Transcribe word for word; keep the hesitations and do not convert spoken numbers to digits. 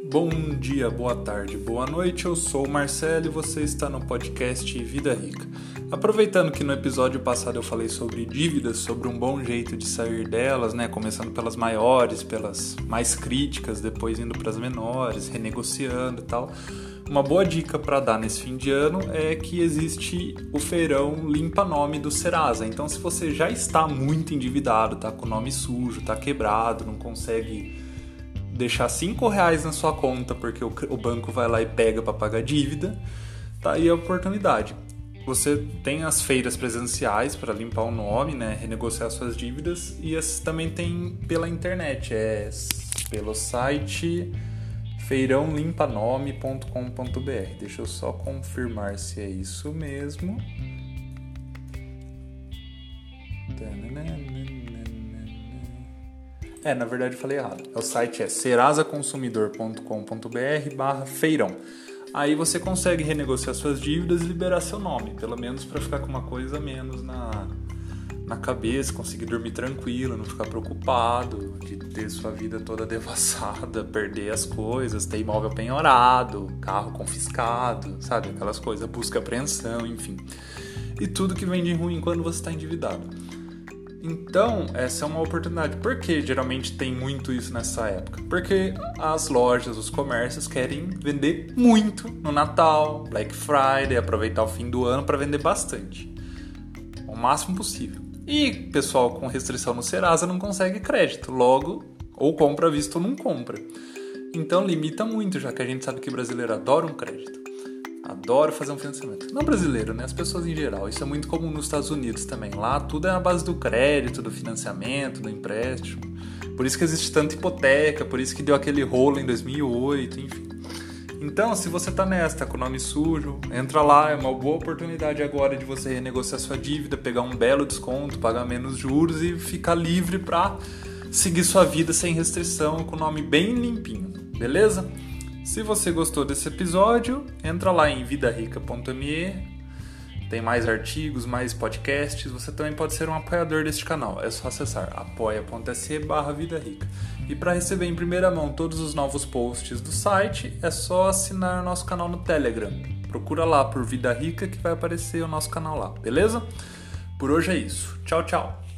Bom dia, boa tarde, boa noite, eu sou o Marcelo e você está no podcast Vida Rica. Aproveitando que no episódio passado eu falei sobre dívidas, sobre um bom jeito de sair delas, né? Começando pelas maiores, pelas mais críticas, depois indo para as menores, renegociando e tal. Uma boa dica para dar nesse fim de ano é que existe o feirão Limpa Nome do Serasa. Então, se você já está muito endividado, tá com o nome sujo, tá quebrado, não consegue deixar cinco reais na sua conta porque o, o banco vai lá e pega para pagar dívida, tá aí a oportunidade. Você tem as feiras presenciais para limpar o nome, né, renegociar suas dívidas, e as também tem pela internet, é pelo site feirão limpa nome ponto com ponto b r. Deixa eu só confirmar se é isso mesmo. É, na verdade eu falei errado. O site é serasa consumidor ponto com ponto b r barra feirão. Aí você consegue renegociar suas dívidas e liberar seu nome, pelo menos para ficar com uma coisa a menos na, na cabeça, conseguir dormir tranquilo, não ficar preocupado de ter sua vida toda devassada, perder as coisas, ter imóvel penhorado, carro confiscado, sabe? Aquelas coisas, busca e apreensão, enfim. E tudo que vem de ruim quando você está endividado. Então, essa é uma oportunidade. Por que geralmente tem muito isso nessa época? Porque as lojas, os comércios querem vender muito no Natal, Black Friday, aproveitar o fim do ano para vender bastante. O máximo possível. E pessoal com restrição no Serasa não consegue crédito. Logo, ou compra à vista ou não compra. Então limita muito, já que a gente sabe que o brasileiro adora um crédito. Adoro fazer um financiamento. Não brasileiro, né? As pessoas em geral. Isso é muito comum nos Estados Unidos também. Lá tudo é na base do crédito, do financiamento, do empréstimo. Por isso que existe tanta hipoteca, por isso que deu aquele rolo em dois mil e oito, enfim. Então, se você tá nessa, tá com o nome sujo, entra lá, é uma boa oportunidade agora de você renegociar sua dívida, pegar um belo desconto, pagar menos juros e ficar livre pra seguir sua vida sem restrição, com o nome bem limpinho, beleza? Se você gostou desse episódio, entra lá em vida rica ponto m e, tem mais artigos, mais podcasts. Você também pode ser um apoiador deste canal, é só acessar apoia ponto s e barra vida rica. E para receber em primeira mão todos os novos posts do site, é só assinar o nosso canal no Telegram. Procura lá por Vida Rica que vai aparecer o nosso canal lá, beleza? Por hoje é isso. Tchau, tchau!